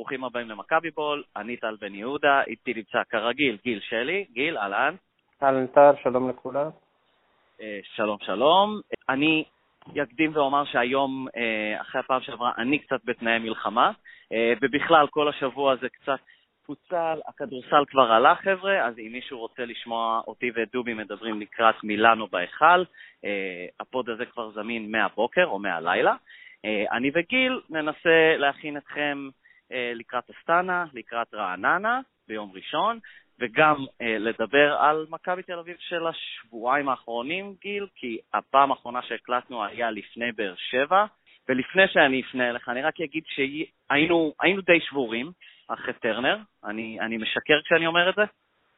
ברוכים הבאים למכבי בול, אני טל בן יהודה, איתי נמצא כרגיל גיל שלי. גיל, אהלן. אהלן טל, שלום לכולם. שלום שלום. אני אקדים ואומר שהיום, אחרי הפעם שעברה, אני קצת בתנאי מלחמה, ובכלל כל השבוע זה קצת פוצל, הכדורסל כבר עלה חבר'ה, אז אם מישהו רוצה לשמוע אותי ודובי מדברים לקראת מילאנו בהיכל, הפוד הזה כבר זמין מהבוקר או מהלילה. אני וגיל ננסה להכין אתכם לקראת אסטנה, לקראת רעננה ביום ראשון, וגם לדבר על מכבי תל אביב של השבועיים האחרונים, גיל, כי הפעם האחרונה שהקלטנו היה לפני באר שבע, ולפני שאני אפנה אליך, אני רק אגיד שהיינו די שבורים אחרי טרנר, אני משקר כשאני אומר את זה?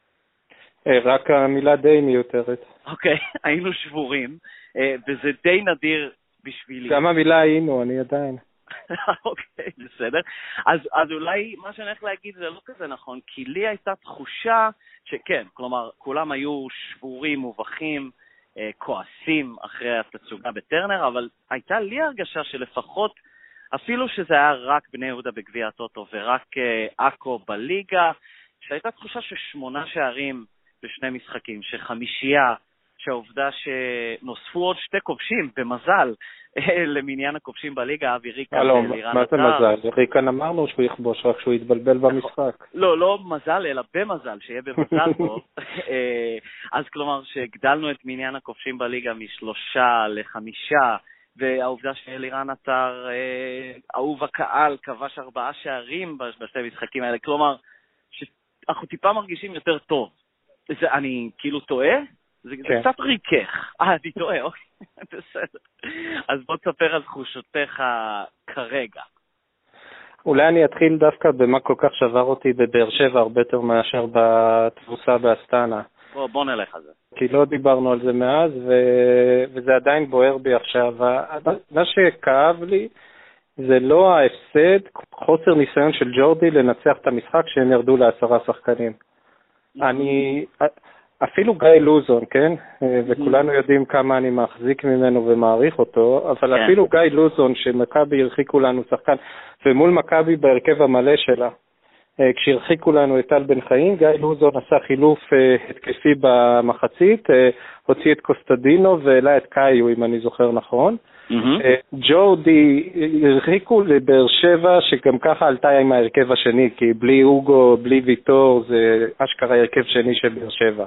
רק המילה די מיותרת. אוקיי, היינו שבורים, וזה די נדיר בשבילי. גם המילה היינו, אני עדיין. אוקיי, בסדר. אז אולי מה שאני הולך להגיד זה לא כזה נכון, כי לי הייתה תחושה שכן, כלומר, כולם היו שבורים, מובכים, כועסים אחרי התצוגה בטרנר, אבל הייתה לי הרגשה שלפחות, אפילו שזה היה רק בני יהודה בגביע הטוטו ורק אקו בליגה, שהייתה תחושה ש8 שערים בשני משחקים, שחמישייה, שהעובדה שנוספו עוד 2 כובשים, במזל, למניין הכובשים בליגה, אבי ריקן ולירן מה עטר. זה מזל? ריקן אמרנו שהוא יכבוש, רק שהוא יתבלבל במשחק. לא מזל, אלא במזל, שיהיה במזל פה. אז כלומר, שהגדלנו את מניין הכובשים בליגה מ3 ל5, והעובדה שלירן עטר, אהוב הקהל, כבש 4 שערים בשתי משחקים האלה. כלומר, שאנחנו טיפה מרגישים יותר טוב. אני כאילו טועה? זה קצת ריכך. אני טועה, אוקיי. בסדר. אז בוא תספר על תחושותיך כרגע. אולי אני אתחיל דווקא במה כל כך שבר אותי בבאר שבע, הרבה יותר מאשר בתבוסה באסטנה. בוא נלך על זה. כי לא דיברנו על זה מאז, וזה עדיין בוער בי עכשיו. מה שכאב לי זה לא ההפסד, חוסר ניסיון של ג'ורדי לנצח את המשחק שהם ירדו ל10 שחקנים. אפילו גיא לוזון, כן? וכולנו יודעים כמה אני מחזיק ממנו ומעריך אותו, אבל אפילו גיא לוזון, שמכבי הרחיקו לנו שחקן, ומול מכבי בהרכב המלא שלה, כשהרחיקו לנו את טל בן חיים, גיא לוזון עשה חילוף התקפי במחצית, הוציא את קוסטדינו והעלה את קאיו, אם אני זוכר נכון. ג'ורדי הרחיקו לבאר שבע, שגם ככה עלתה עם ההרכב השני, כי בלי אוגו, בלי ויטור, זה אשכרה הרכב שני של באר שבע.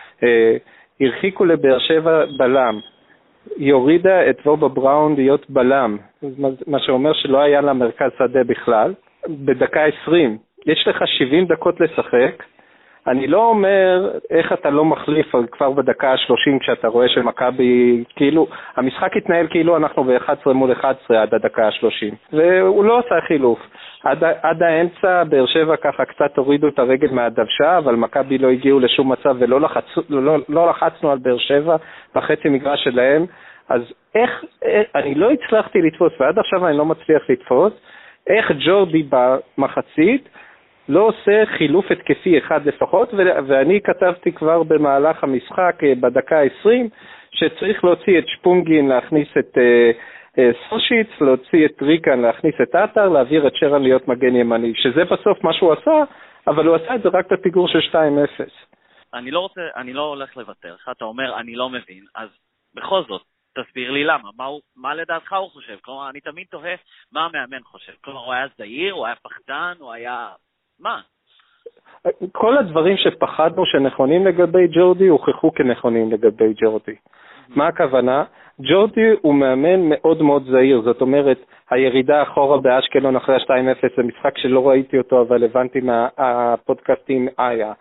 הרחיקו לבאר שבע בלם, היא הורידה את וובה בראון להיות בלם, מה שאומר שלא היה לה מרכז שדה בכלל. בדקה 20 יש לך 70 דקות לשחק, אני לא אומר איך אתה לא מחליף כבר בדקה 30 כשאתה רואה שמכבי, כאילו, המשחק התנהל כאילו אנחנו ב-11 מול 11 עד הדקה 30, והוא לא עושה חילוף. עד האמצע, באר שבע ככה קצת הורידו את הרגל מהדוושה, אבל מכבי לא הגיעו לשום מצב ולא לא לחצנו על באר שבע בחצי מגרש שלהם. אז איך, אני לא הצלחתי לתפוס, ועד עכשיו אני לא מצליח לתפוס, איך ג'ורדי במחצית לא עושה חילוף התקפי אחד לפחות, ואני כתבתי כבר במהלך המשחק בדקה 20, שצריך להוציא את שפונגין, להכניס את סושיץ, להוציא את ריקן, להכניס את עטר, להעביר את שרן להיות מגן ימני, שזה בסוף מה שהוא עשה, אבל הוא עשה את זה רק בפיגור של 2-0. אני לא הולך לוותר, אתה אומר אני לא מבין, אז בכל זאת, תסביר לי למה, מה לדעתך הוא חושב? כלומר, אני תמיד תוהה מה המאמן חושב. כלומר, הוא היה זהיר, הוא היה פחדן, הוא היה... מה? כל הדברים שפחדנו שנכונים לגבי ג'ורדי, הוכחו כנכונים לגבי ג'ורדי. מה הכוונה? ג'ורדי הוא מאמן מאוד מאוד זהיר, זאת אומרת, הירידה אחורה באשקלון אחרי 2-0, זה משחק שלא ראיתי אותו, אבל הבנתי מהפודקאסטים היה.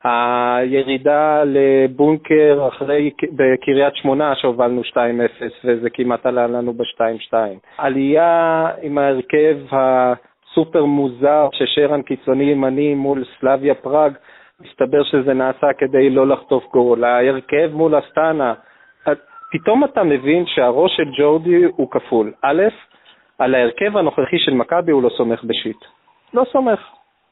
הירידה לבונקר אחרי בקריית שמונה שהובלנו 2-0 וזה כמעט עלה לנו ב-2-2. עלייה עם ההרכב הסופר מוזר ששרן קיצוני ימני מול סלאביה פראג, מסתבר שזה נעשה כדי לא לחטוף גול. ההרכב מול אסטנה, פתאום אתה מבין שהראש של ג'ורדי הוא כפול. א', על ההרכב הנוכחי של מכבי הוא לא סומך בשיט. לא סומך.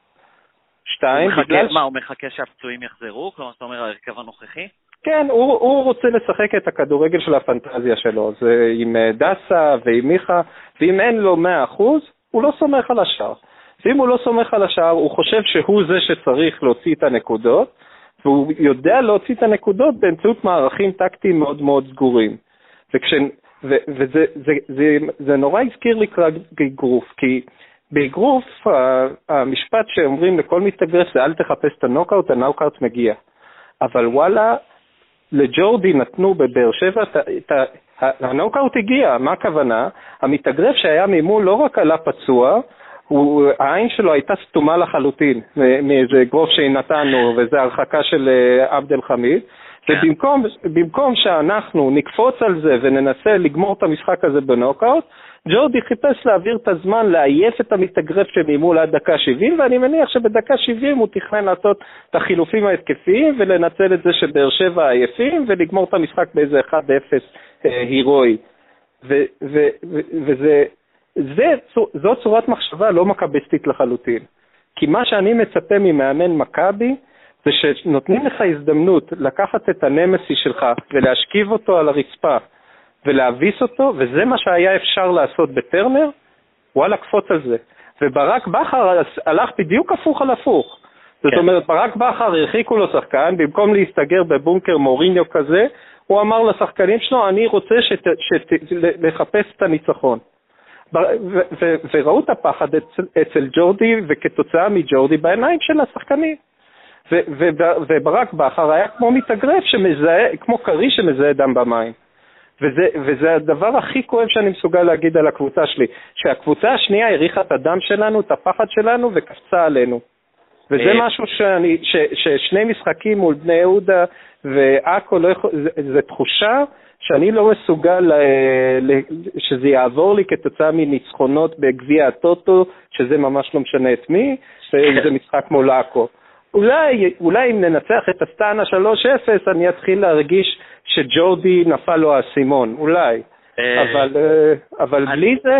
2, הוא מחכה שהפצועים יחזרו? כלומר, אתה אומר, ההרכב הנוכחי? כן, הוא רוצה לשחק את הכדורגל של הפנטזיה שלו, זה עם דסה ועם מיכה, ואם אין לו 100%, הוא לא סומך על השאר. ואם הוא לא סומך על השאר, הוא חושב שהוא זה שצריך להוציא את הנקודות, והוא יודע להוציא את הנקודות באמצעות מערכים טקטיים מאוד מאוד סגורים. וזה נורא הזכיר לי כאגרוף, כי באגרוף המשפט שאומרים לכל מתאגרף זה אל תחפש את הנוקאוט, הנוקאוט מגיע. אבל וואלה, לג'ורדי נתנו בבאר שבע, הנוקאוט הגיע, מה הכוונה? המתאגרף שהיה ממול לא רק עלה פצוע, העין שלו הייתה סתומה לחלוטין מאיזה גרוף שנתנו, וזה הרחקה של עבד אל חמיד, ובמקום שאנחנו נקפוץ על זה וננסה לגמור את המשחק הזה בנוקאוט, ג'ורדי חיפש להעביר את הזמן, לעייף את המתאגרף שממול עד דקה 70, ואני מניח שבדקה 70 הוא תכנן לעשות את החילופים ההתקפיים ולנצל את זה שבאר שבע עייפים ולגמור את המשחק באיזה 1-0 הירואי. זו צורת מחשבה לא מקביסטית לחלוטין. כי מה שאני מצפה ממאמן מכבי זה שנותנים לך הזדמנות לקחת את הנמסי שלך ולהשכיב אותו על הרצפה ולהביס אותו, וזה מה שהיה אפשר לעשות בטרנר, וואלה, קפוץ על זה. וברק בכר הלך בדיוק הפוך על הפוך. זאת אומרת, ברק בכר הרחיקו לו שחקן, במקום להסתגר בבונקר מוריניו כזה, הוא אמר לשחקנים שלו, אני רוצה לחפש את הניצחון. וראו את הפחד אצל ג'ורדי, וכתוצאה מג'ורדי בעיניים של השחקנים. וברק בכר היה כמו מתאגרף שמזהה, כמו קרי שמזהה דם במים. וזה הדבר הכי כואב שאני מסוגל להגיד על הקבוצה שלי, שהקבוצה השנייה הריחה את הדם שלנו, את הפחד שלנו, וקפצה עלינו. וזה משהו ששני משחקים מול בני יהודה ועכו, זה תחושה שאני לא מסוגל שזה יעבור לי כתוצאה מניצחונות בגביע הטוטו, שזה ממש לא משנה את מי, זה משחק מול עכו. אולי אם ננצח את הסטנה 3-0, אני אתחיל להרגיש שג'ורדי נפל לו האסימון, אולי. אבל בלי זה,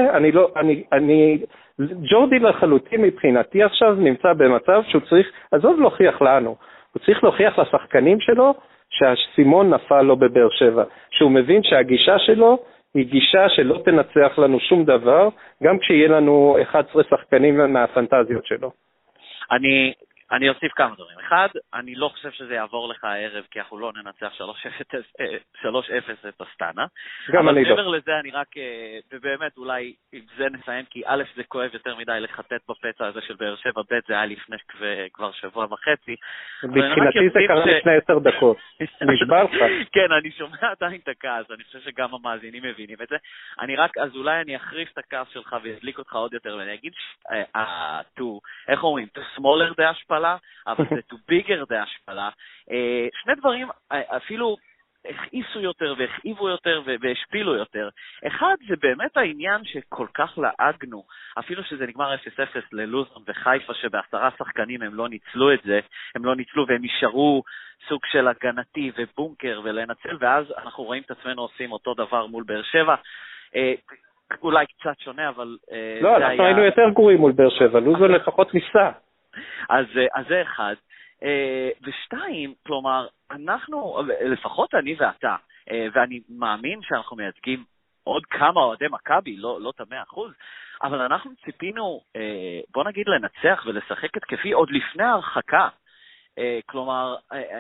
ג'ורדי לחלוטין מבחינתי עכשיו נמצא במצב שהוא צריך, עזוב להוכיח לנו, הוא צריך להוכיח לשחקנים שלו שהאסימון נפל לו בבאר שבע, שהוא מבין שהגישה שלו היא גישה שלא תנצח לנו שום דבר, גם כשיהיה לנו 11 שחקנים מהפנטזיות שלו. אני אוסיף כמה דברים. אחד, אני לא חושב שזה יעבור לך הערב, כי אנחנו לא ננצח 3-0 את הסטנה. גם אני לא. אבל מעבר לזה, אני רק, ובאמת אולי עם זה נסיים, כי א' זה כואב יותר מדי לחטט בפצע הזה של באר שבע, ב' זה היה לפני כבר שבוע וחצי. מבחינתי זה קרה לפני 10 דקות. נשבר לך. כן, אני שומע עדיין את הכעס, אני חושב שגם המאזינים מבינים את זה. אז אולי אני אחריף את הכעס שלך וידליק אותך עוד יותר, ואני אגיד, איך אומרים, to smaller the השפלה, אבל זה to bigger the השפלה. שני דברים אפילו הכעיסו יותר והכאיבו יותר והשפילו יותר. אחד, זה באמת העניין שכל כך לעגנו, אפילו שזה נגמר 0-0 ללוזון וחיפה, שב10 שחקנים הם לא ניצלו את זה, הם לא ניצלו והם נשארו סוג של הגנתי ובונקר ולנצל, ואז אנחנו רואים את עצמנו עושים אותו דבר מול באר שבע. אולי קצת שונה, אבל... לא, אנחנו היינו יותר גרועים מול באר שבע, לוזון לפחות ניסה. אז זה אחד. ושתיים, כלומר, אנחנו, לפחות אני ואתה, ואני מאמין שאנחנו מייצגים עוד כמה אוהדי מכבי, לא את 100%, אבל אנחנו ציפינו, בוא נגיד, לנצח ולשחק התקפי עוד לפני ההרחקה. כלומר,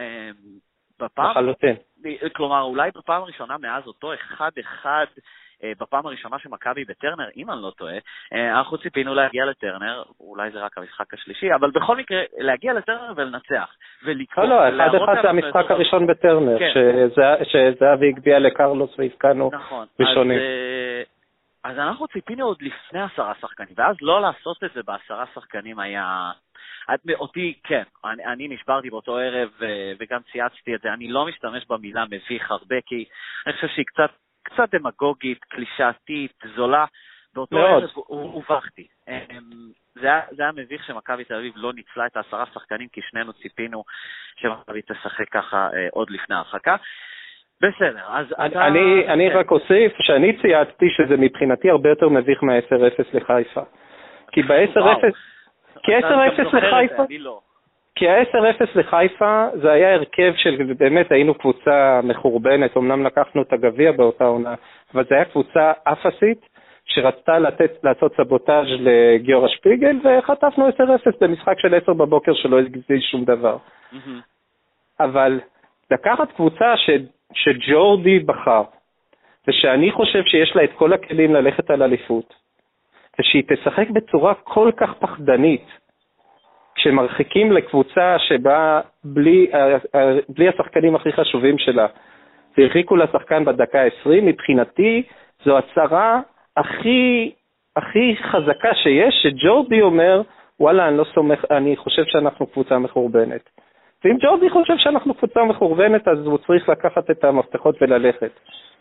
כלומר, אולי בפעם הראשונה מאז אותו 1-1, בפעם הראשונה שמכבי בטרנר, אם אני לא טועה, אנחנו ציפינו להגיע לטרנר, אולי זה רק המשחק השלישי, אבל בכל מקרה, להגיע לטרנר ולנצח. לא, 1-1 זה המשחק הראשון בטרנר, שזהבי הגביע לקרלוס והפקענו ראשונים. אז אנחנו ציפינו עוד לפני 10 שחקנים, ואז לא לעשות את זה ב10 שחקנים היה... אותי, כן, אני נשברתי באותו ערב, וגם צייצתי את זה, אני לא משתמש במילה מביך הרבה, כי אני חושב שהיא קצת דמגוגית, קלישאתית, זולה, באותו ערב הובכתי. זה היה מביך שמכבי תל אביב לא ניצלה את 10 שחקנים, כי שנינו ציפינו שמכבי תשחק ככה עוד לפני ההרחקה. בסדר, אז אני רק אוסיף שאני צייצתי שזה מבחינתי הרבה יותר מביך מה-10-0 לחיפה. כי ב-10-0 לחיפה, כי ה-10-0 לחיפה זה היה הרכב של באמת היינו קבוצה מחורבנת, אמנם לקחנו את הגביע באותה עונה, אבל זה היה קבוצה אפסית, שרצתה לעשות סבוטאז' לגיורא שפיגל, וחטפנו 10-0 במשחק של 10 בבוקר שלא הגזיז שום דבר. אבל לקחת קבוצה שג'ורדי בחר, ושאני חושב שיש לה את כל הכלים ללכת על אליפות, ושהיא תשחק בצורה כל כך פחדנית, כשמרחיקים לקבוצה שבה בלי השחקנים הכי חשובים שלה, והרחיקו לשחקן בדקה 20, מבחינתי זו הצהרה הכי חזקה שיש, שג'ורדי אומר, וואלה, אני חושב שאנחנו קבוצה מחורבנת. ואם ג'ורדי חושב שאנחנו קבוצה מחורבנת, אז הוא צריך לקחת את המפתחות וללכת.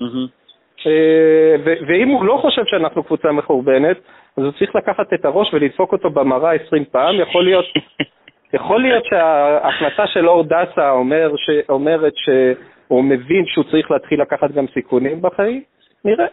ואם הוא לא חושב שאנחנו קבוצה מחורבנת, אז הוא צריך לקחת את הראש ולדפוק אותו במראה 20 פעם. יכול להיות שההחלטה של אור דסה אומרת שהוא מבין שהוא צריך להתחיל לקחת גם סיכונים בחיים. נראה.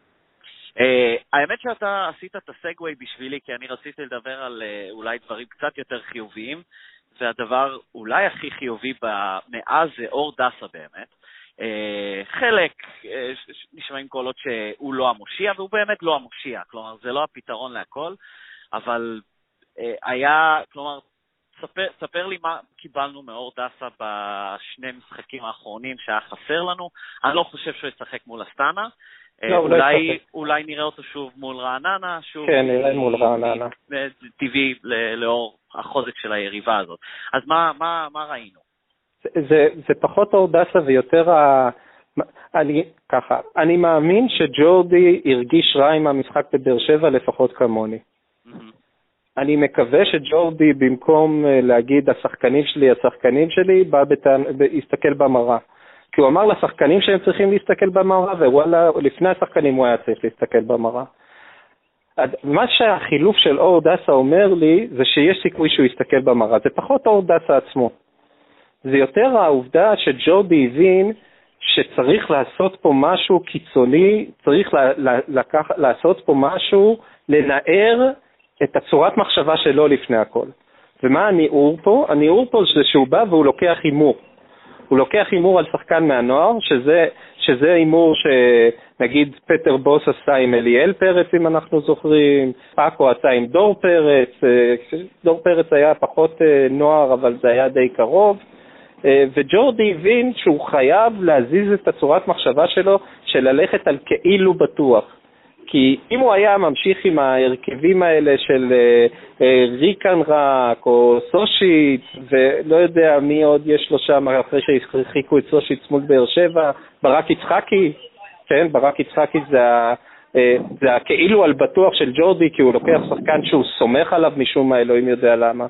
האמת שאתה עשית את הסגווי בשבילי, כי אני רציתי לדבר על אולי דברים קצת יותר חיוביים, והדבר אולי הכי חיובי מאז זה אור דסה באמת. חלק נשמעים קולות שהוא לא המושיע, והוא באמת לא המושיע, כלומר זה לא הפתרון להכל, אבל כלומר, ספר לי מה קיבלנו מאור דסה בשני משחקים האחרונים שהיה חסר לנו. אני לא חושב שהוא ישחק מול אסטנה, אולי נראה אותו שוב מול רעננה, כן, נראה מול רעננה. טבעי לאור החוזק של היריבה הזאת. אז מה ראינו? זה פחות אור דסה ויותר אני מאמין שג'ורדי הרגיש רע עם המשחק בבאר שבע לפחות כמוני. אני מקווה שג'ורדי במקום להגיד השחקנים שלי, יסתכל במראה. כי הוא אמר לשחקנים שהם צריכים להסתכל במראה, ווואלה, לפני השחקנים הוא היה צריך להסתכל במראה. מה שהחילוף של אור דסה אומר לי, זה שיש סיכוי שהוא יסתכל במראה. זה פחות אור דסה עצמו. זה יותר העובדה שג'ורדי הבין שצריך לעשות פה משהו קיצוני, צריך לעשות פה משהו, לנער את הצורת מחשבה שלו לפני הכל. ומה הניעור פה? הניעור פה זה שהוא בא והוא לוקח הימור. הוא לוקח הימור על שחקן מהנוער, שזה הימור שנגיד פטר בוס עשה עם אליאל פרץ, אם אנחנו זוכרים, פאקו עשה עם דור פרץ, דור פרץ היה פחות נוער, אבל זה היה די קרוב, וג'ורדי הבין שהוא חייב להזיז את הצורת מחשבה שלו, של ללכת על כאילו בטוח. כי אם הוא היה ממשיך עם ההרכבים האלה של ריקן רק או סושיץ, ולא יודע מי עוד יש לו שם אחרי שהרחיקו את סושיץ מול באר שבע, ברק יצחקי, כן, ברק יצחקי זה הכאילו על בטוח של ג'ורדי, כי הוא לוקח שחקן שהוא סומך עליו משום מה, אלוהים יודע למה.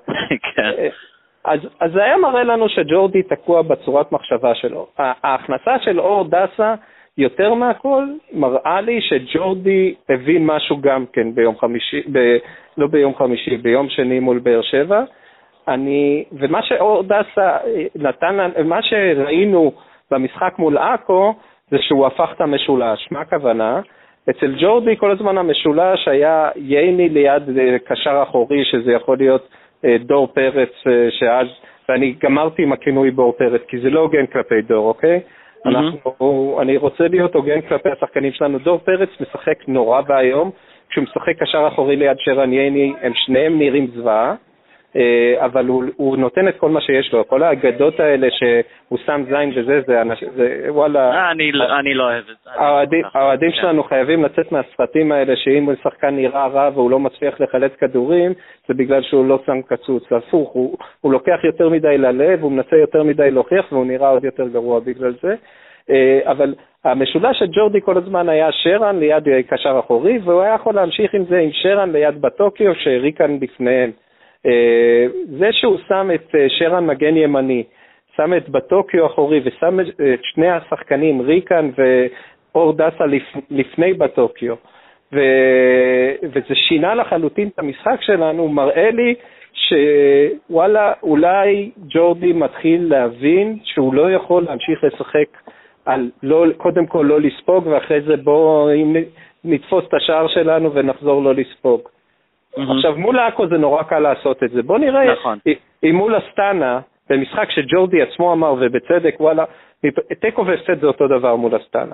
אז זה היה מראה לנו שג'ורדי תקוע בצורת מחשבה שלו. ההכנסה של אור דסה יותר מהכל מראה לי שג'ורדי הבין משהו גם כן ביום חמישי, לא ביום חמישי, ביום שני מול באר שבע. ומה שאור דסה נתן, מה שראינו במשחק מול אקו, זה שהוא הפך את המשולש. מה הכוונה? אצל ג'ורדי כל הזמן המשולש היה ייני ליד קשר אחורי, שזה יכול להיות דור פרץ שאז, ואני גמרתי עם הכינוי בור פרץ, כי זה לא הוגן כלפי דור, אוקיי? אני רוצה להיות הוגן כלפי השחקנים שלנו. דור פרץ משחק נורא והיום, כשהוא משחק קשר אחורי ליד שרן ייני, הם שניהם נראים זוועה, אבל הוא נותן את כל מה שיש לו. כל האגדות האלה שהוא שם זין וזה, זה וואלה. אני לא אוהב את זה. האוהדים שלנו חייבים לצאת מהסרטים האלה, שאם הוא שחקן נראה רע והוא לא מצליח לחלץ כדורים, זה בגלל שהוא לא שם קצוץ. הפוך, הוא לוקח יותר מדי ללב, הוא מנסה יותר מדי להוכיח, והוא נראה עוד יותר גרוע בגלל זה. אבל המשולש של ג'ורדי כל הזמן היה שרן ליד קשר אחורי, והוא היה יכול להמשיך עם זה עם שרן ליד בטוקיו, שריקן בפניהם. זה שהוא שם את שרן מגן ימני, שם את בטוקיו אחורי ושם את שני השחקנים, ריקן ואור דסה לפני בטוקיו, וזה שינה לחלוטין את המשחק שלנו. מראה לי שוואלה, אולי ג'ורדי מתחיל להבין שהוא לא יכול להמשיך לשחק על קודם כל לא לספוג, ואחרי זה בוא נתפוס את השער שלנו ונחזור לא לספוג. עכשיו מול אקו זה נורא קל לעשות את זה. בוא נראה אם מול אסטנה, במשחק שג'ורדי עצמו אמר ובצדק, וואלה, תיקו והפסד זה אותו דבר מול אסטנה.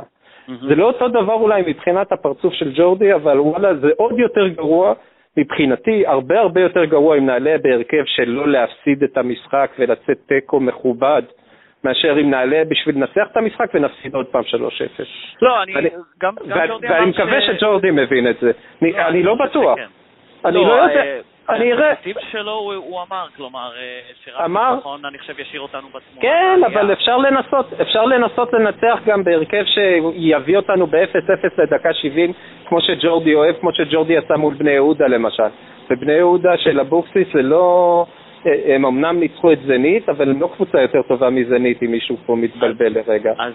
זה לא אותו דבר אולי מבחינת הפרצוף של ג'ורדי, אבל וואלה, זה עוד יותר גרוע, מבחינתי, הרבה הרבה יותר גרוע אם נעלה בהרכב של לא להפסיד את המשחק ולצאת טקו מכובד, מאשר אם נעלה בשביל לנסח את המשחק ונפסיד עוד פעם 3-0. לא, גם ג'ורדי אמר ואני מקווה שג'ורדי מבין את זה. אני לא בטוח. אני לא יודע. אני אראה. התקציב שלו הוא אמר, כלומר, שרק נכון, אני חושב ישאיר אותנו בתמונה. כן, אבל אפשר לנסות לנצח גם בהרכב שיביא אותנו ב-0-0 לדקה 70, כמו שג'ורדי אוהב, כמו שג'ורדי עשה מול בני יהודה למשל. ובני יהודה של אבוקסיס זה לא... הם אמנם ניצחו את זנית, אבל הם לא קבוצה יותר טובה מזנית, אם מישהו פה מתבלבל לרגע. אז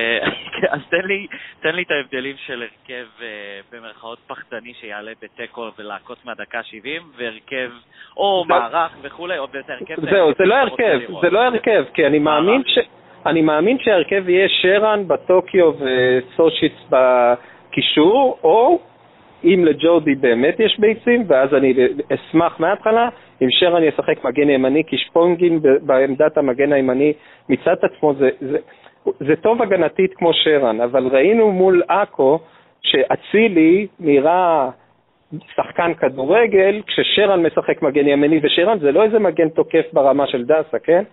תן לי את ההבדלים של הרכב במרכאות פחדני שיעלה בטקו ולעקוץ מהדקה 70, והרכב או מערך וכולי, או הרכב... זהו, זה לא הרכב, כי אני מאמין שההרכב יהיה שרן בטוקיו וסושיץ בקישור, או אם לג'ורדי באמת יש ביצים, ואז אני אשמח מההתחלה, אם שרן ישחק מגן ימני, כי שפונגין בעמדת המגן הימני מצד עצמו, זה טוב הגנתית כמו שרן, אבל ראינו מול אקו שאצילי נראה שחקן כדורגל, כששרן משחק מגן ימני, ושרן זה לא איזה מגן תוקף ברמה של דסה, כן?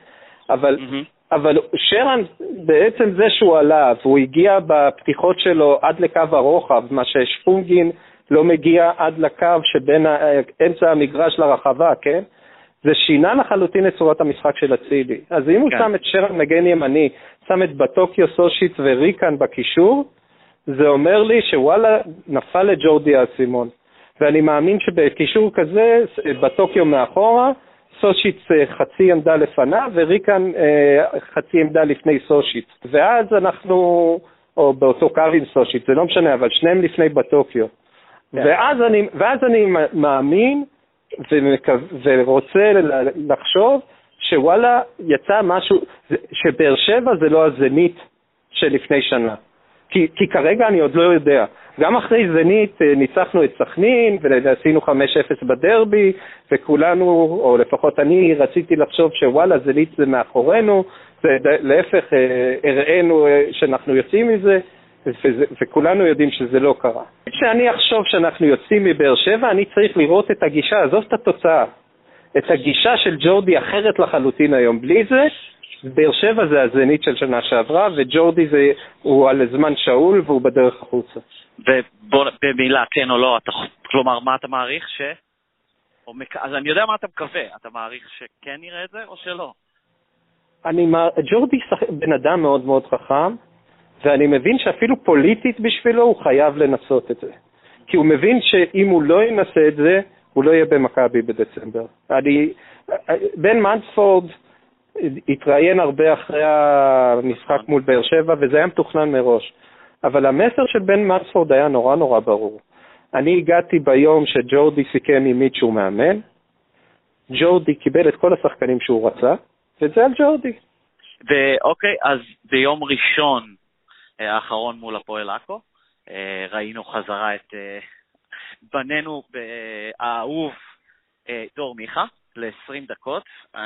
אבל שרן בעצם זה שהוא עלה, והוא הגיע בפתיחות שלו עד לקו הרוחב, מה ששפונגין לא מגיע עד לקו שבין אמצע המגרש לרחבה, כן? זה שינה לחלוטין את צורת המשחק של אצילי. אז אם הוא שם את שרן מגן ימני, שם את בטוקיו, סושיץ וריקן בקישור, זה אומר לי שוואלה נפל לג'ורדי האסימון. ואני מאמין שבקישור כזה, בטוקיו מאחורה, סושיץ חצי עמדה לפניו, וריקן חצי עמדה לפני סושיץ. ואז אנחנו, או באותו קו עם סושיץ, זה לא משנה, אבל שניהם לפני בטוקיו. ואז אני מאמין ורוצה לחשוב שוואלה יצא משהו, שבאר שבע זה לא הזנית שלפני שנה. כי כרגע אני עוד לא יודע. גם אחרי זנית ניצחנו את סכנין ועשינו 5-0 בדרבי, וכולנו, או לפחות אני, רציתי לחשוב שוואלה זנית זה מאחורינו, להפך הראינו שאנחנו יוצאים מזה, וכולנו יודעים שזה לא קרה. כשאני אחשוב שאנחנו יוצאים מבאר שבע, אני צריך לראות את הגישה, עזוב את התוצאה, את הגישה של ג'ורדי אחרת לחלוטין היום. בלי זה, באר שבע זה הזנית של שנה שעברה, וג'ורדי הוא על זמן שאול והוא בדרך החוצה. במילה, כן או לא, כלומר, מה אתה מעריך אז אני יודע מה אתה מקווה, אתה מעריך שכן נראה את זה או שלא? ג'ורדי בן אדם מאוד מאוד חכם, ואני מבין שאפילו פוליטית בשבילו הוא חייב לנסות את זה. כי הוא מבין שאם הוא לא ינסה את זה, הוא לא יהיה במכבי בדצמבר. בן מנספורד התראיין הרבה אחרי המשחק מול באר שבע, וזה היה מתוכנן מראש. אבל המסר של בן מנספורד היה נורא נורא ברור. אני הגעתי ביום שג'ורדי סיכם עם מיט שהוא מאמן, ג'ורדי קיבל את כל השחקנים שהוא רצה, וזה על ג'ורדי. ואוקיי, אז ביום ראשון האחרון מול הפועל עכו, ראינו חזרה את בננו האהוב דור מיכה ל-20 דקות.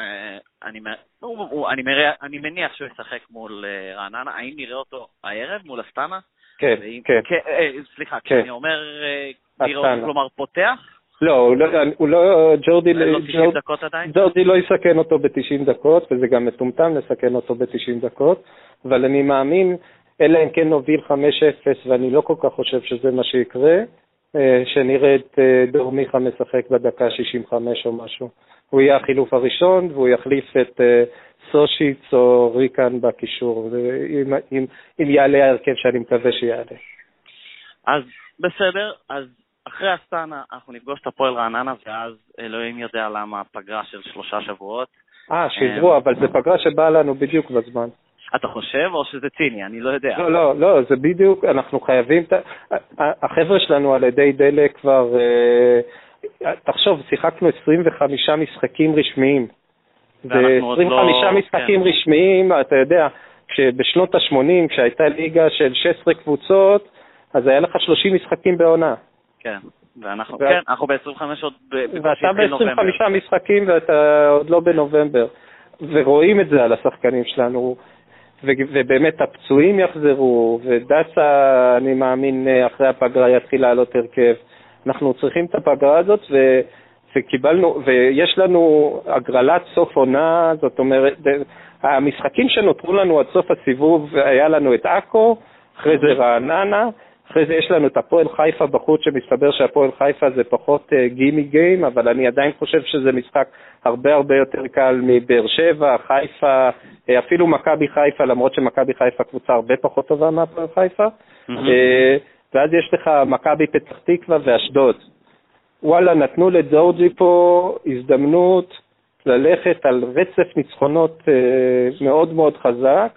אני מניח שהוא ישחק מול רעננה. האם נראה אותו הערב מול אסטנה? כן, כן. סליחה, כשאני אומר כלומר פותח? לא, ג'ורדי לא יסכן אותו ב-90 דקות, וזה גם מטומטם לסכן אותו ב-90 דקות, אבל אני מאמין, אלא אם כן נוביל 5-0, ואני לא כל כך חושב שזה מה שיקרה, שנראה את דור מיכה משחק בדקה 65 או משהו. הוא יהיה החילוף הראשון, והוא יחליף את סושיץ או ריקן בקישור, אם יעלה ההרכב שאני מקווה שיעלה. אז בסדר, אז אחרי הסטנה אנחנו נפגוש את הפועל רעננה, ואז אלוהים יודע למה פגרה של 3 שבועות. שידרו, אבל זה פגרה שבאה לנו בדיוק בזמן. אתה חושב או שזה ציני? אני לא יודע. לא, זה בדיוק, אנחנו חייבים, החבר'ה שלנו על ידי דלק כבר, תחשוב, שיחקנו 25 משחקים רשמיים. ו-25 משחקים רשמיים, אתה יודע, בשנות ה-80, כשהייתה ליגה של 16 קבוצות, אז היה לך 30 משחקים בעונה. כן, ואנחנו ב-25 עוד... ואתה ב-25 משחקים ואתה עוד לא בנובמבר. ורואים את זה על השחקנים שלנו. ובאמת הפצועים יחזרו, ודסה, אני מאמין, אחרי הפגרה יתחיל לעלות הרכב. אנחנו צריכים את הפגרה הזאת, וקיבלנו, ויש לנו הגרלת סוף עונה, זאת אומרת, המשחקים שנותרו לנו עד סוף הסיבוב, היה לנו את עכו, אחרי זה רעננה, אחרי זה יש לנו את הפועל חיפה בחוץ, שמסתבר שהפועל חיפה זה פחות גימי גיים, אבל אני עדיין חושב שזה משחק הרבה יותר קל מבאר שבע, חיפה, אפילו מכבי חיפה, למרות שמכבי חיפה קבוצה הרבה פחות טובה מהפועל חיפה. ואז יש לך מכבי פתח תקווה ואשדוד. וואלה, נתנו לג'ורג'י פה הזדמנות ללכת על רצף ניצחונות מאוד חזק,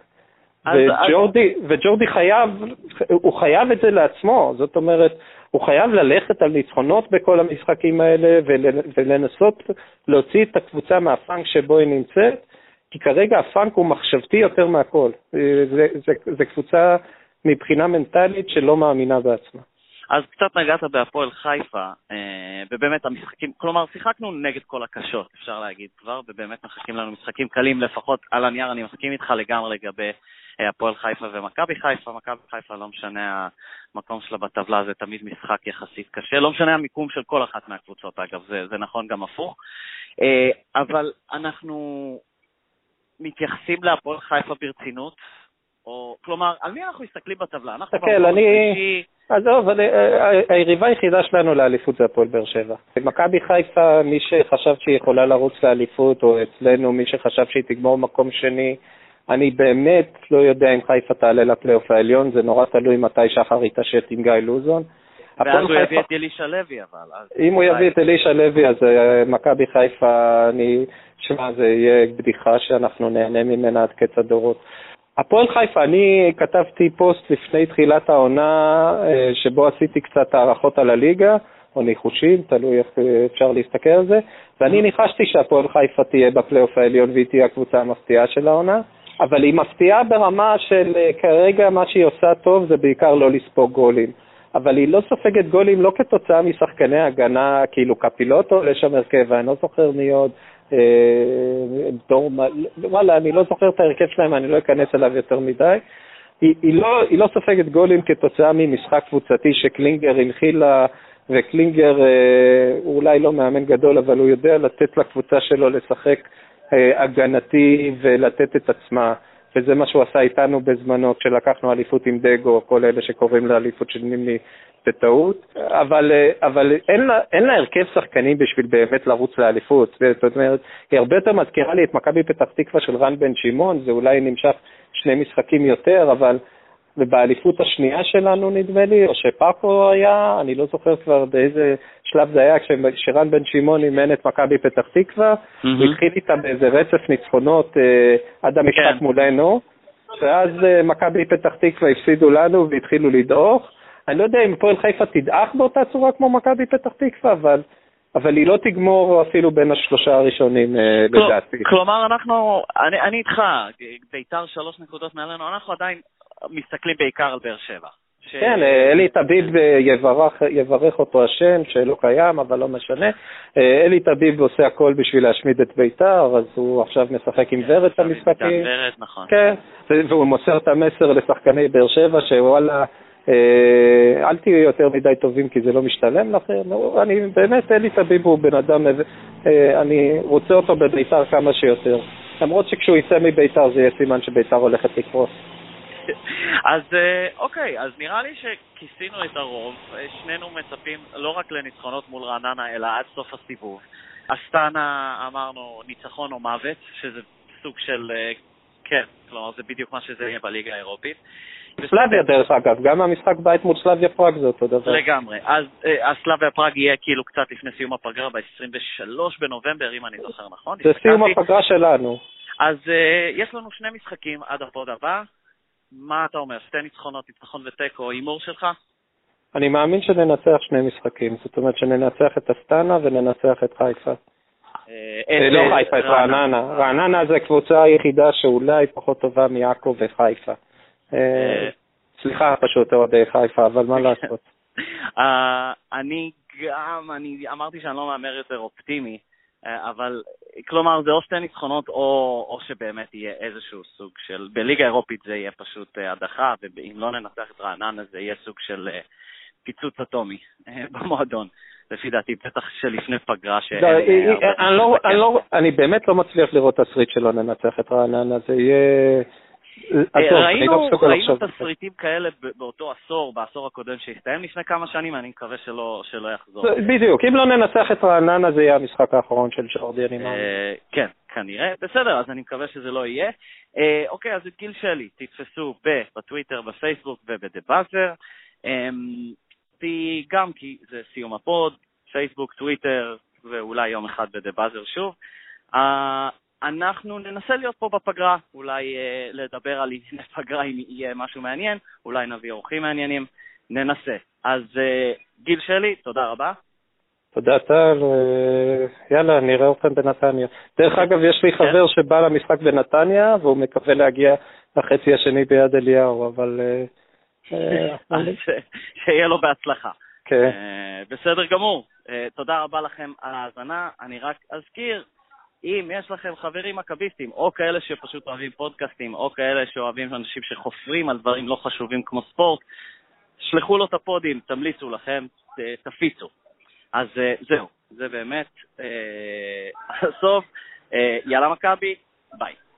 וג'ורדי חייב את זה לעצמו, זאת אומרת, הוא חייב ללכת על ניצחונות בכל המשחקים האלה, ולנסות להוציא את הקבוצה מהפאנק שבו היא נמצאת, כי כרגע הפאנק הוא מחשבתי יותר מהכל. זה קבוצה מבחינה מנטלית שלא מאמינה בעצמה. אז קצת נגעת בהפועל חיפה, ובאמת המשחקים, כלומר שיחקנו נגד כל הקשות, אפשר להגיד כבר, ובאמת מחכים לנו משחקים קלים, לפחות על הנייר אני מסכים איתך לגמרי לגבי הפועל חיפה ומכבי חיפה. מכבי חיפה לא משנה המקום שלה בטבלה, זה תמיד משחק יחסית קשה, לא משנה המיקום של כל אחת מהקבוצות, אגב, זה נכון גם הפוך, אבל אנחנו מתייחסים להפועל חיפה ברצינות, או, כלומר, על מי אנחנו מסתכלים בטבלה? אנחנו עזוב, היריבה היחידה שלנו לאליפות זה הפועל באר שבע. מכבי חיפה, מי שחשב שהיא יכולה לרוץ לאליפות, או אצלנו מי שחשב שהיא תגמור מקום שני, אני באמת לא יודע אם חיפה תעלה לפלייאוף העליון, זה נורא תלוי מתי שחר יתעשת עם גיא לוזון. ואז הוא יביא את אלישע לוי, אבל... אם הוא יביא את אלישע לוי, אז מכבי חיפה, זה יהיה בדיחה שאנחנו נהנה ממנה עד קץ הדורות. הפועל חיפה, אני כתבתי פוסט לפני תחילת העונה, שבו עשיתי קצת הערכות על הליגה, או ניחושים, תלוי איך אפשר להסתכל על זה, ואני ניחשתי שהפועל חיפה תהיה בפלייאוף העליון, והיא תהיה הקבוצה המפתיעה של העונה, אבל היא מפתיעה ברמה של כרגע מה שהיא עושה טוב, זה בעיקר לא לספוג גולים. אבל היא לא סופגת גולים לא כתוצאה משחקני הגנה, כאילו קפילוטו לשם הרכב, ואני לא זוכר מי עוד, וואלה, אני לא זוכר את ההרכב שלהם, אני לא אכנס אליו יותר מדי. היא לא סופגת גולים כתוצאה ממשחק קבוצתי שקלינגר הנחילה, וקלינגר הוא אולי לא מאמן גדול, אבל הוא יודע לתת לקבוצה שלו לשחק הגנתי ולתת את עצמה, וזה מה שהוא עשה איתנו בזמנו, כשלקחנו אליפות עם דגו, כל אלה שקוראים לאליפות של נימני בטעות, אבל אין לה הרכב שחקנים בשביל באמת לרוץ לאליפות. זאת אומרת, היא הרבה יותר מזכירה לי את מכבי פתח תקווה של רן בן שמעון, זה אולי נמשך 2 משחקים יותר, אבל באליפות השנייה שלנו נדמה לי, או שפאקו היה, אני לא זוכר כבר באיזה שלב זה היה, כשרן בן שמעון אימן את מכבי פתח תקווה, הוא התחיל איתה באיזה רצף ניצחונות עד המשחק מולנו, ואז מכבי פתח תקווה הפסידו לנו והתחילו לדעוך. אני לא יודע אם הפועל חיפה תדעך באותה צורה כמו מכבי פתח תקווה, אבל היא לא תגמור אפילו בין השלושה הראשונים לדעתי. כלומר, אני איתך, ביתר 3 נקודות מעלינו, אנחנו עדיין מסתכלים בעיקר על באר שבע. כן, אלי טביב יברך אותו השם, שלא קיים, אבל לא משנה. אלי טביב עושה הכל בשביל להשמיד את ביתר, אז הוא עכשיו משחק עם ורד את המשחקים. נכון. כן, והוא מוסר את המסר לשחקני באר שבע, שוואלה, אל תהיו יותר מדי טובים כי זה לא משתלם לכם. אני באמת, אלי טביב הוא בן אדם, אני רוצה אותו בביתר כמה שיותר. למרות שכשהוא יצא מביתר זה יהיה סימן שביתר הולכת לקרוס. אז אוקיי, אז נראה לי שכיסינו את הרוב, שנינו מצפים לא רק לניצחונות מול רעננה, אלא עד סוף הסיבוב. אסטנה אמרנו ניצחון או מוות, שזה סוג של, כן, כלומר זה בדיוק מה שזה יהיה בליגה האירופית. סלאביה דרך אגב, גם המשחק בית מול סלאביה פראג זה אותו דבר. לגמרי, אז סלאביה פראג יהיה כאילו קצת לפני סיום הפגרה ב-23 בנובמבר, אם אני זוכר נכון. זה סיום הפגרה שלנו. אז יש לנו 2 משחקים עד הפוד הבא. מה אתה אומר? 2 ניצחונות, ניצחון וטקו, הימור שלך? אני מאמין שננצח 2 משחקים, זאת אומרת שננצח את אסטנה וננצח את חיפה. לא חיפה, את רעננה. רעננה זה הקבוצה היחידה שאולי פחות טובה מעכו וחיפה. סליחה פשוט אוהדי חיפה, אבל מה לעשות? אני אמרתי שאני לא מאמר יותר אופטימי, אבל, כלומר, זה או שתי ניצחונות, או שבאמת יהיה איזשהו סוג של, בליגה האירופית זה יהיה פשוט הדחה, ואם לא ננצח את רעננה, זה יהיה סוג של פיצוץ אטומי במועדון. לפי דעתי, בטח שלפני פגרה אני באמת לא מצליח לראות תסריט שלא ננצח את רעננה, זה יהיה... ראינו תסריטים כאלה באותו עשור, בעשור הקודם שהסתיים לפני כמה שנים, אני מקווה שלא יחזור. בדיוק, אם לא ננצח את רעננה זה יהיה המשחק האחרון של ג'ורדי, אני מאמין. כן, כנראה. בסדר, אז אני מקווה שזה לא יהיה. אוקיי, אז את גיל שלי, תתפסו בטוויטר, בפייסבוק ובדבאזר. גם כי זה סיום הפוד, פייסבוק, טוויטר, ואולי יום אחד בדבאזר שוב. אנחנו ננסה להיות פה בפגרה, אולי לדבר על ענייני פגרה אם יהיה משהו מעניין, אולי נביא אורחים מעניינים, ננסה. אז גיל שלי, תודה רבה. תודה טל, יאללה, נראה אתכם בנתניה. דרך אגב, יש לי חבר שבא למשחק בנתניה, והוא מקווה להגיע לחצי השני ביד אליהו, אבל... שיהיה לו בהצלחה. כן. בסדר גמור. תודה רבה לכם על ההאזנה. אני רק אזכיר, אם יש לכם חברים מכביסטים, או כאלה שפשוט אוהבים פודקאסטים, או כאלה שאוהבים אנשים שחופרים על דברים לא חשובים כמו ספורט, שלחו לו את הפודים, תמליצו לכם, תפיצו. אז זהו, זה באמת הסוף. יאללה מכבי, ביי.